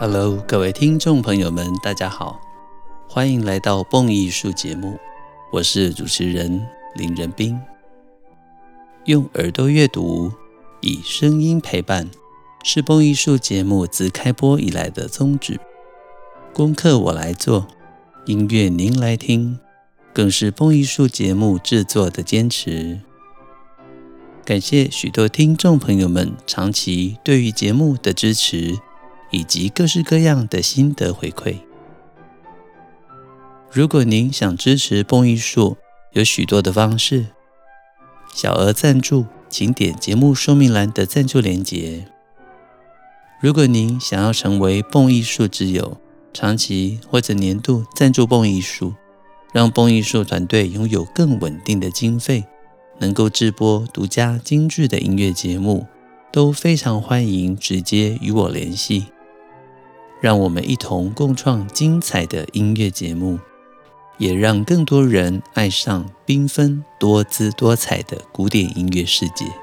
Hello， 各位听众朋友们，大家好，欢迎来到蹦艺术节目，我是主持人林仁斌。用耳朵阅读，以声音陪伴，是蹦艺术节目自开播以来的宗旨。功课我来做，音乐您来听，更是蹦艺术节目制作的坚持。感谢许多听众朋友们长期对于节目的支持，以及各式各样的心得回馈。如果您想支持蹦艺术，有许多的方式。小额赞助，请点节目说明栏的赞助连结。如果您想要成为蹦艺术之友，长期或者年度赞助蹦艺术，让蹦艺术团队拥有更稳定的经费，能够制播独家精致的音乐节目，都非常欢迎直接与我联系。让我们一同共创精彩的音乐节目，也让更多人爱上缤纷多姿多彩的古典音乐世界。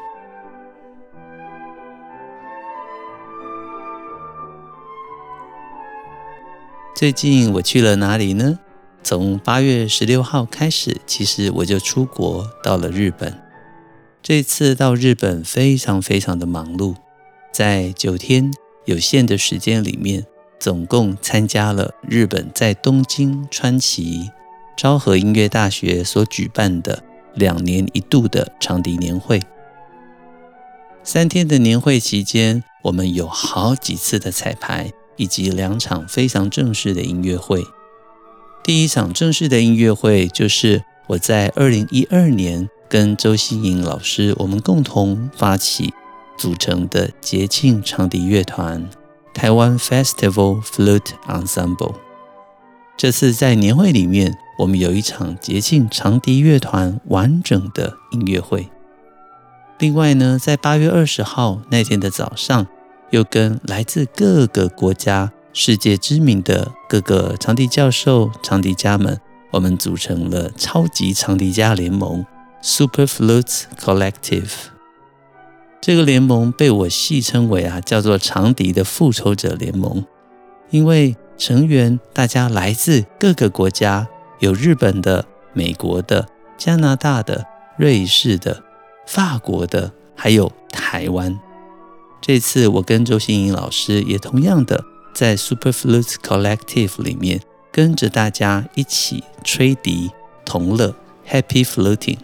最近我去了哪里呢？从8月16号开始，其实我就出国到了日本。这次到日本非常的忙碌，在9天有限的时间里面，总共参加了日本在东京川崎昭和音乐大学所举办的2年1度的长笛年会。3天的年会期间，我们有好几次的彩排，以及2场非常正式的音乐会。第一场正式的音乐会就是我在2012年跟周欣颖老师我们共同发起组成的节庆长笛乐团台湾 Festival Flute Ensemble。 这次在年会里面，我们有一场节庆长笛乐团完整的音乐会。另外呢，在8月20号那天的早上，又跟来自各个国家世界知名的各个长笛教授、长笛家们，我们组成了超级长笛家联盟 Super Flutes Collective。 这个联盟被我戏称为叫做长笛的复仇者联盟，因为成员大家来自各个国家，有日本的、美国的、加拿大的、瑞士的、法国的，还有台湾。这次我跟周欣颖老师也同样的在 Super Flutes Collective 里面跟着大家一起吹笛同乐 Happy Fluting。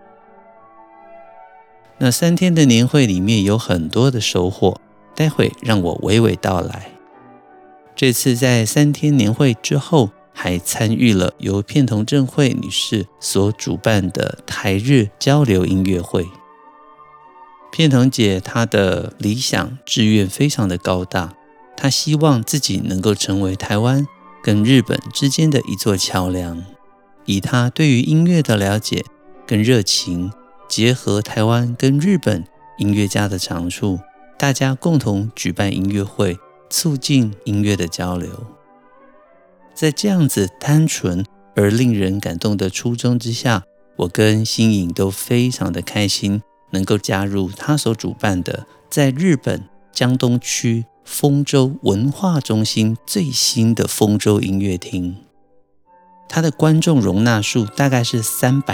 那3天的年会里面有很多的收获，待会让我娓娓道来。这次在3天年会之后，还参与了由片桐正惠女士所主办的台日交流音乐会。片桐姐她的理想志愿非常的高大，她希望自己能够成为台湾跟日本之间的一座桥梁，以她对于音乐的了解跟热情，结合台湾跟日本音乐家的长处，大家共同举办音乐会，促进音乐的交流。在这样子单纯而令人感动的初衷之下，我跟欣颖都非常的开心，能够加入他所主办的在日本江东区丰州文化中心最新的丰州音乐厅。它的观众容纳数大概是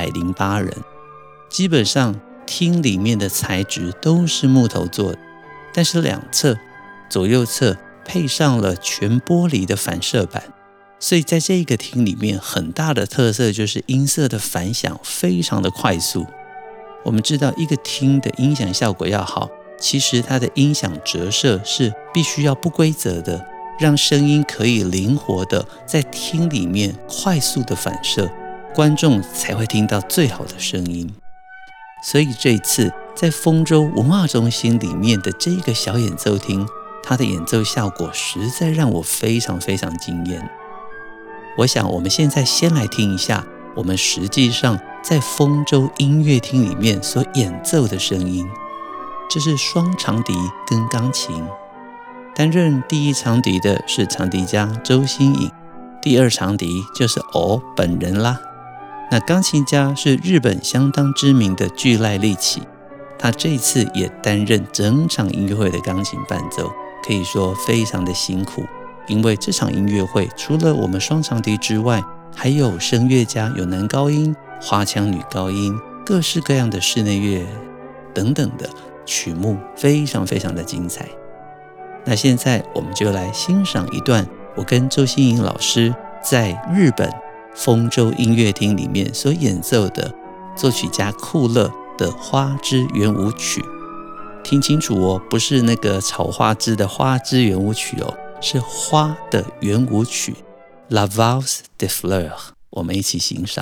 308人，基本上厅里面的材质都是木头做的，但是2侧左右侧配上了全玻璃的反射板，所以在这个厅里面很大的特色就是音色的反响非常的快速。我们知道一个厅的音响效果要好，其实它的音响折射是必须要不规则的，让声音可以灵活的在厅里面快速的反射，观众才会听到最好的声音。所以这一次在丰州文化中心里面的这个小演奏厅，它的演奏效果实在让我非常惊艳。我想我们现在先来听一下我们实际上在丰州音乐厅里面所演奏的声音。这是双长笛跟钢琴，担任第一长笛的是长笛家周欣颖，第2长笛就是我本人啦。那钢琴家是日本相当知名的巨濑利启，他这次也担任整场音乐会的钢琴伴奏，可以说非常的辛苦， 因为这场音乐会除了我们双长笛之外，还有声乐家，有男高音、花腔女高音，各式各样的室内乐等等的曲目，非常非常的精彩。那现在我们就来欣赏一段我跟周欣颖老师在日本丰州音乐厅里面所演奏的作曲家库勒的花之圆舞曲。听清楚哦，不是那个炒花枝的花之圆舞曲哦，是花的圆舞曲 La Valse des Fleurs， 我们一起欣赏。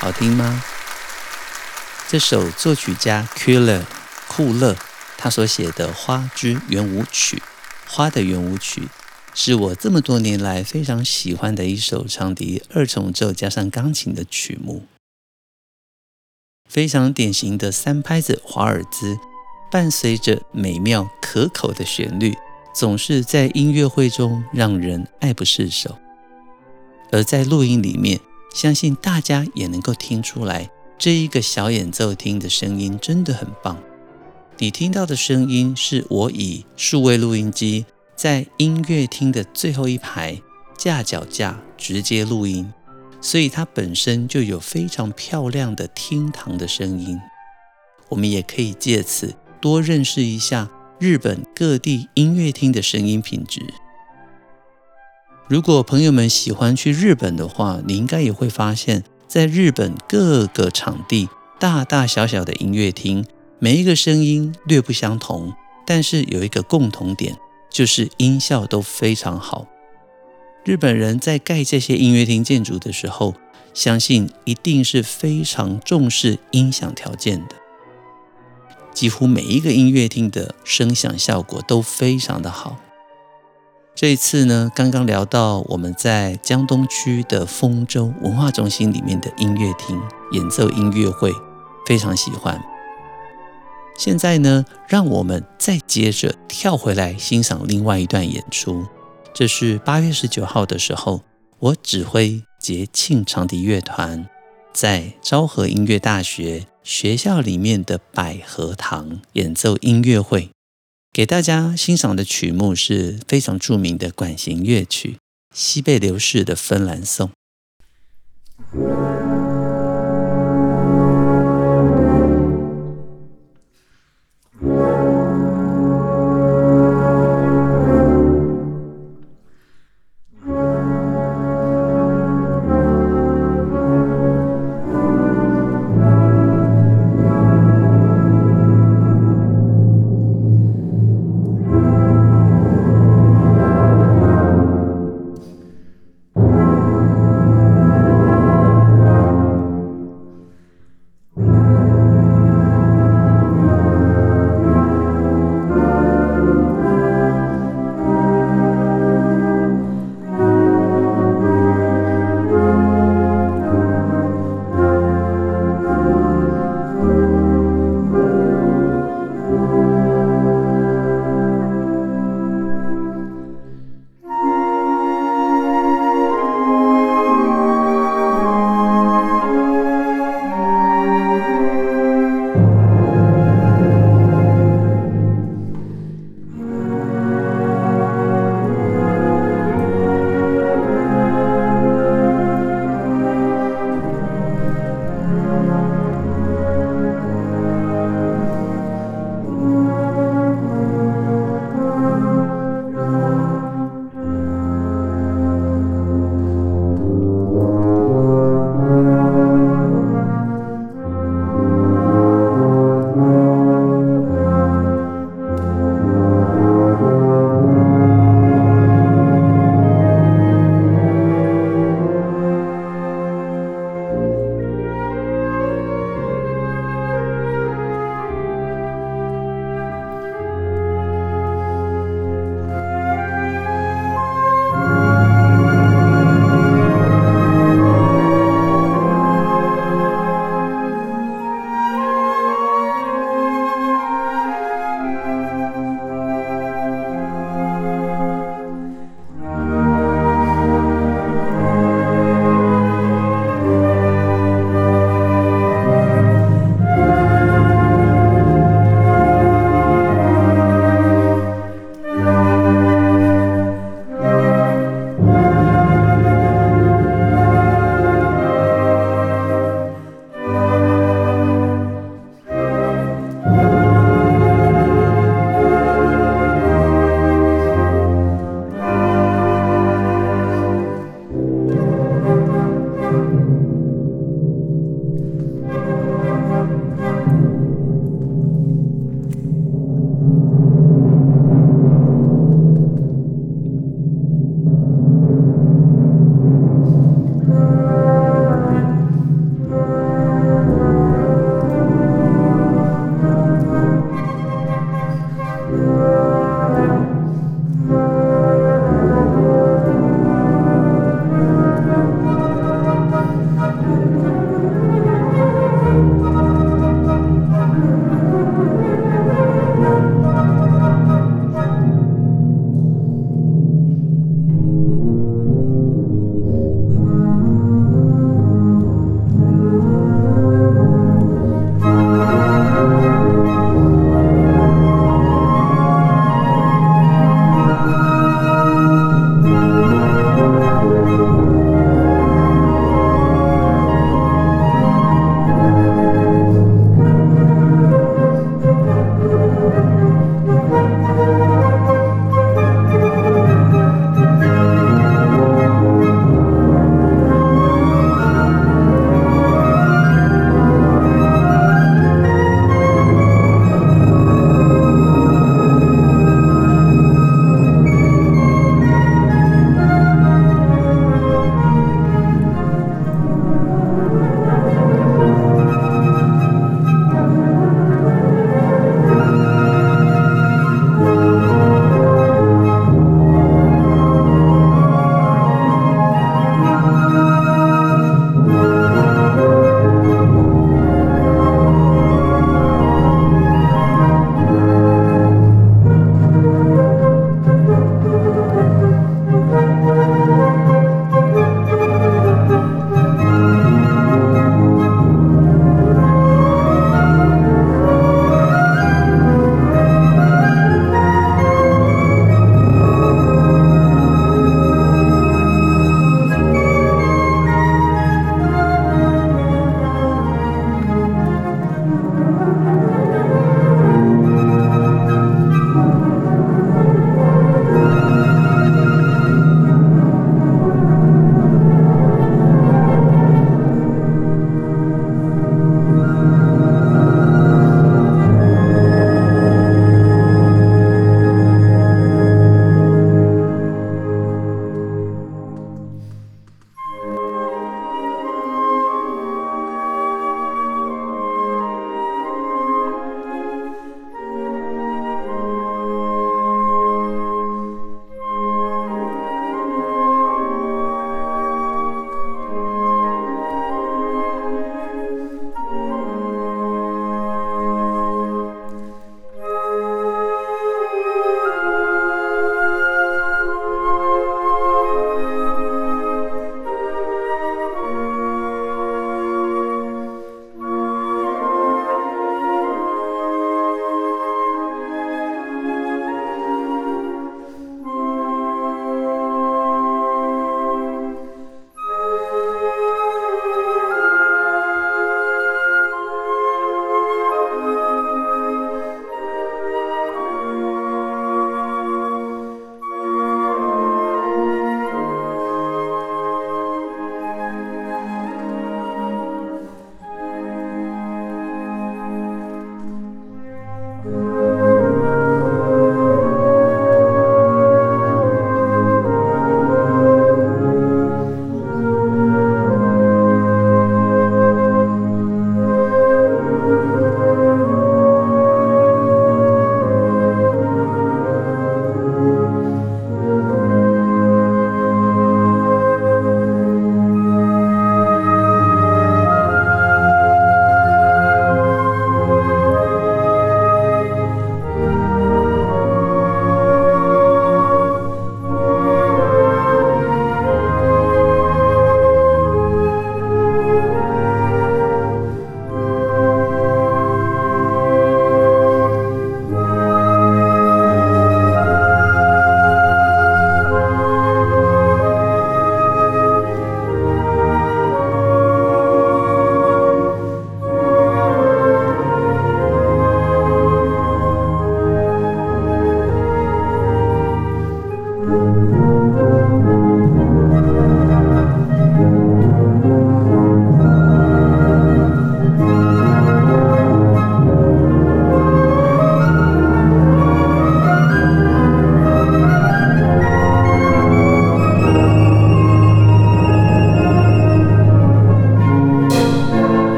好听吗？这首作曲家库勒他所写的《花之圆舞曲》，花的圆舞曲是我这么多年来非常喜欢的一首长笛二重奏加上钢琴的曲目。非常典型的三拍子华尔兹，伴随着美妙可口的旋律，总是在音乐会中让人爱不释手。而在录音里面，相信大家也能够听出来，这一个小演奏厅的声音真的很棒。你听到的声音是我以数位录音机在音乐厅的最后一排架脚架直接录音，所以它本身就有非常漂亮的厅堂的声音。我们也可以借此多认识一下日本各地音乐厅的声音品质。如果朋友们喜欢去日本的话，你应该也会发现，在日本各个场地大大小小的音乐厅，每一个声音略不相同，但是有一个共同点，就是音效都非常好。日本人在盖这些音乐厅建筑的时候，相信一定是非常重视音响条件的。几乎每一个音乐厅的声响效果都非常的好。这一次呢，刚刚聊到我们在江东区的丰州文化中心里面的音乐厅演奏音乐会，非常喜欢。现在呢，让我们再接着跳回来欣赏另外一段演出。这是8月19号的时候，我指挥节庆长笛乐团在昭和音乐大学学校里面的百合堂演奏音乐会。给大家欣赏的曲目是非常著名的管弦乐曲西贝流士的芬兰颂。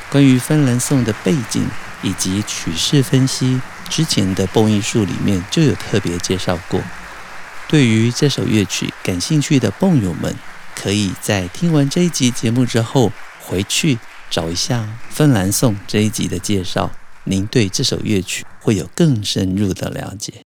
关于芬兰颂的背景以及曲式分析，之前的蹦艺术里面就有特别介绍过。对于这首乐曲感兴趣的蹦友们，可以在听完这一集节目之后，回去找一下芬兰颂这一集的介绍，您对这首乐曲会有更深入的了解。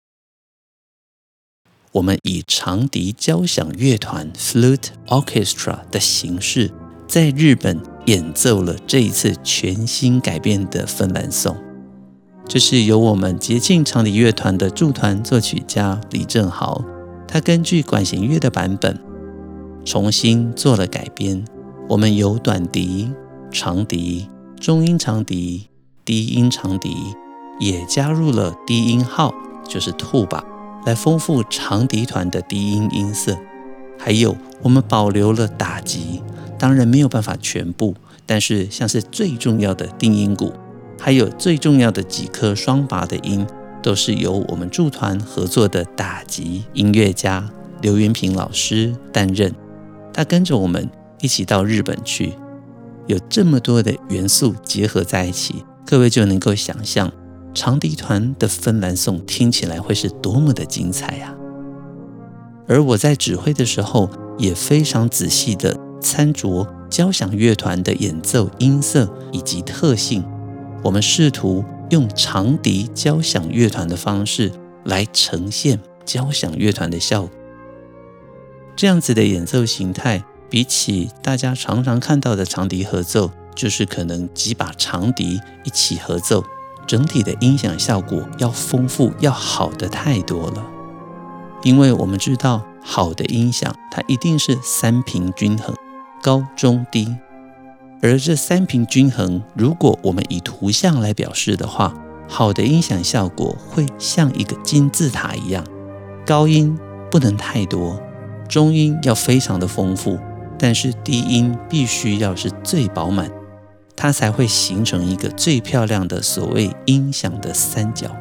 我们以长笛交响乐团 Flute Orchestra 的形式，在日本演奏了这一次全新改编的芬兰颂。这是由我们节庆长笛乐团的驻团作曲家李正豪，他根据管弦乐的版本重新做了改编。我们有短笛、长笛、中音长笛、低音长笛，也加入了低音号，就是兔把，来丰富长笛团的低音音色。还有我们保留了打击，当然没有办法全部，但是像是最重要的定音鼓，还有最重要的几颗双拔的音，都是由我们驻团合作的打击音乐家刘元平老师担任。他跟着我们一起到日本去，有这么多的元素结合在一起，各位就能够想象长笛团的芬兰颂听起来会是多么的精彩啊！而我在指挥的时候，也非常仔细的参酌交响乐团的演奏音色以及特性，我们试图用长笛交响乐团的方式来呈现交响乐团的效果。这样子的演奏形态，比起大家常常看到的长笛合奏，就是可能几把长笛一起合奏，整体的音响效果要丰富，要好的太多了。因为我们知道，好的音响它一定是三频均衡，高中低。而这三频均衡，如果我们以图像来表示的话，好的音响效果会像一个金字塔一样，高音不能太多，中音要非常的丰富，但是低音必须要是最饱满，它才会形成一个最漂亮的所谓音响的三角。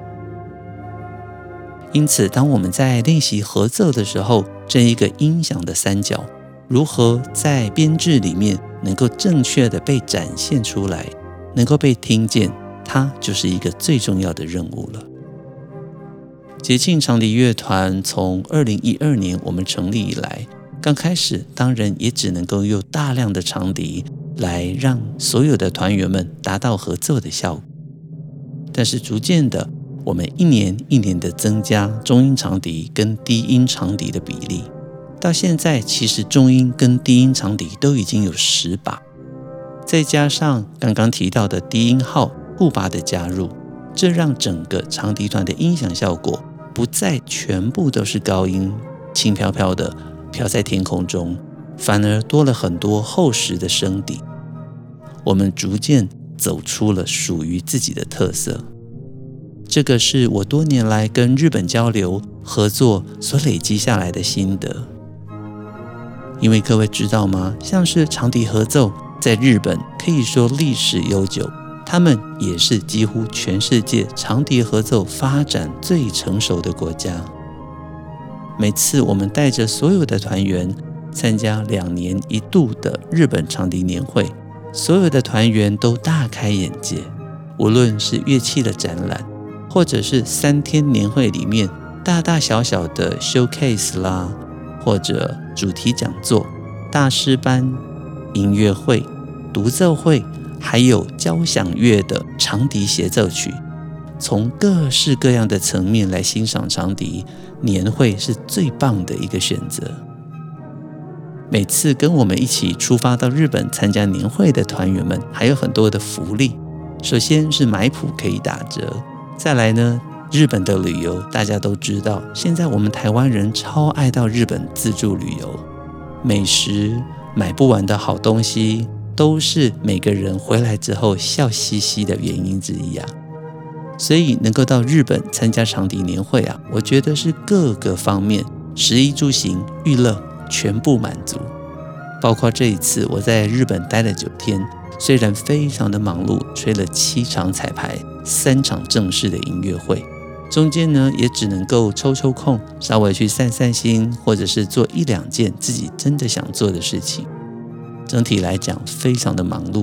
因此，当我们在练习合奏的时候，这一个音响的三角如何在编制里面能够正确的被展现出来，能够被听见，它就是一个最重要的任务了。节庆长笛乐团从2012年我们成立以来，刚开始当然也只能够用大量的长笛来让所有的团员们达到合奏的效果，但是逐渐的，我们一年一年的增加中音长笛跟低音长笛的比例，到现在其实中音跟低音长笛都已经有10把，再加上刚刚提到的低音号护把的加入，这让整个长笛团的音响效果不再全部都是高音轻飘飘的飘在天空中，反而多了很多厚实的声底。我们逐渐走出了属于自己的特色。这个是我多年来跟日本交流合作所累积下来的心得。因为各位知道吗，像是长笛合奏在日本可以说历史悠久，他们也是几乎全世界长笛合奏发展最成熟的国家。每次我们带着所有的团员参加2年1度的日本长笛年会，所有的团员都大开眼界，无论是乐器的展览，或者是3天年会里面大大小小的 showcase 啦，或者主题讲座、大师班、音乐会、独奏会，还有交响乐的长笛协奏曲，从各式各样的层面来欣赏长笛，年会是最棒的一个选择。每次跟我们一起出发到日本参加年会的团员们，还有很多的福利。首先是买谱可以打折，再来呢，日本的旅游大家都知道，现在我们台湾人超爱到日本自助旅游，美食买不完的好东西，都是每个人回来之后笑嘻嘻的原因之一啊。所以能够到日本参加长笛年会啊，我觉得是各个方面食衣住行娱乐全部满足。包括这一次我在日本待了9天，虽然非常的忙碌，吹了7场彩排，3场正式的音乐会，中间呢也只能够抽空稍微去散散心，或者是做1-2件自己真的想做的事情。整体来讲非常的忙碌，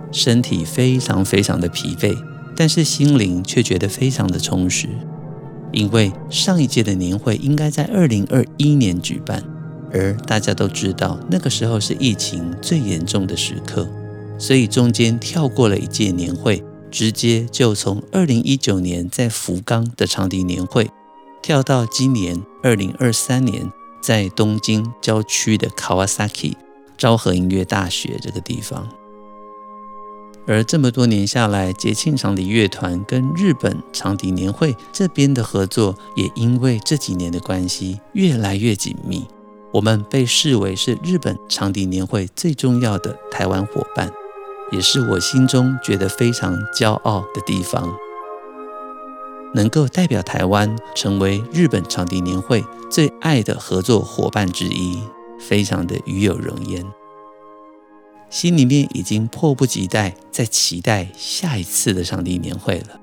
身体非常非常的疲惫，但是心灵却觉得非常的充实。因为上一届的年会应该在2021年举办，而大家都知道那个时候是疫情最严重的时刻，所以中间跳过了一届年会，直接就从2019年在福冈的长笛年会跳到今年2023年在东京郊区的 Kawasaki 昭和音乐大学这个地方。而这么多年下来，节庆长笛乐团跟日本长笛年会这边的合作，也因为这几年的关系越来越紧密。我们被视为是日本长笛年会最重要的台湾伙伴，也是我心中觉得非常骄傲的地方。能够代表台湾成为日本长笛年会最爱的合作伙伴之一，非常的与有荣焉。心里面已经迫不及待在期待下一次的长笛年会了。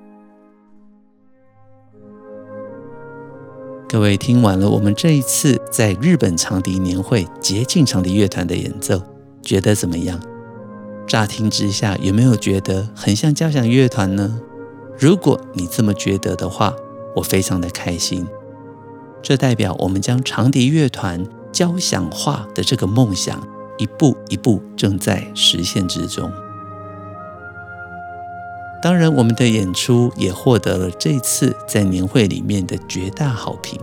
各位听完了我们这一次在日本长笛年会节庆长笛乐团的演奏，觉得怎么样？乍听之下有没有觉得很像交响乐团呢？如果你这么觉得的话，我非常的开心。这代表我们将长笛乐团交响化的这个梦想一步一步正在实现之中。当然，我们的演出也获得了这次在年会里面的绝大好评。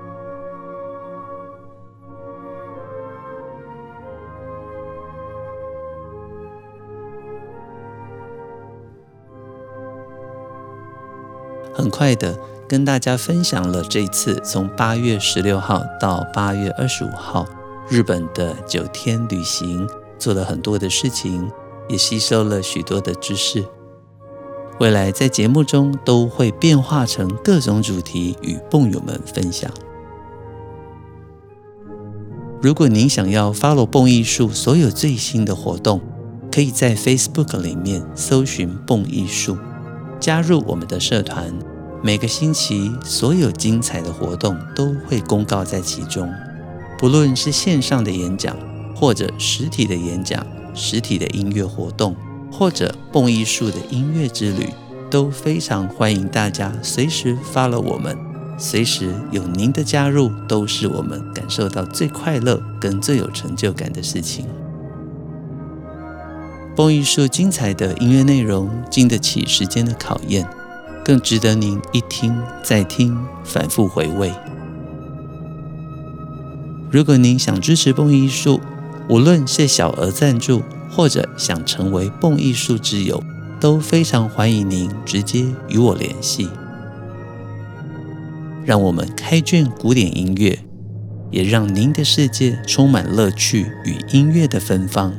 很快的跟大家分享了这次从8月16号到8月25号日本的9天旅行，做了很多的事情，也吸收了许多的知识。未来在节目中都会变化成各种主题与蹦友们分享。如果您想要 follow 蹦艺术所有最新的活动，可以在 Facebook 里面搜寻蹦艺术，加入我们的社团，每个星期所有精彩的活动都会公告在其中。不论是线上的演讲，或者实体的演讲、实体的音乐活动，或者蹦艺术的音乐之旅，都非常欢迎大家随时 follow 我们。随时有您的加入，都是我们感受到最快乐跟最有成就感的事情。蹦艺术精彩的音乐内容，经得起时间的考验，更值得您一听再听，反复回味。如果您想支持蹦艺术，无论是小额赞助，或者想成为蹦艺术之友，都非常欢迎您直接与我联系。让我们开卷古典音乐，也让您的世界充满乐趣与音乐的芬芳。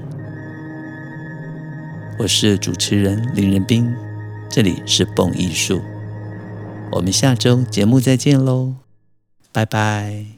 我是主持人林仁斌，这里是蹦艺术。我们下周节目再见喽，拜拜。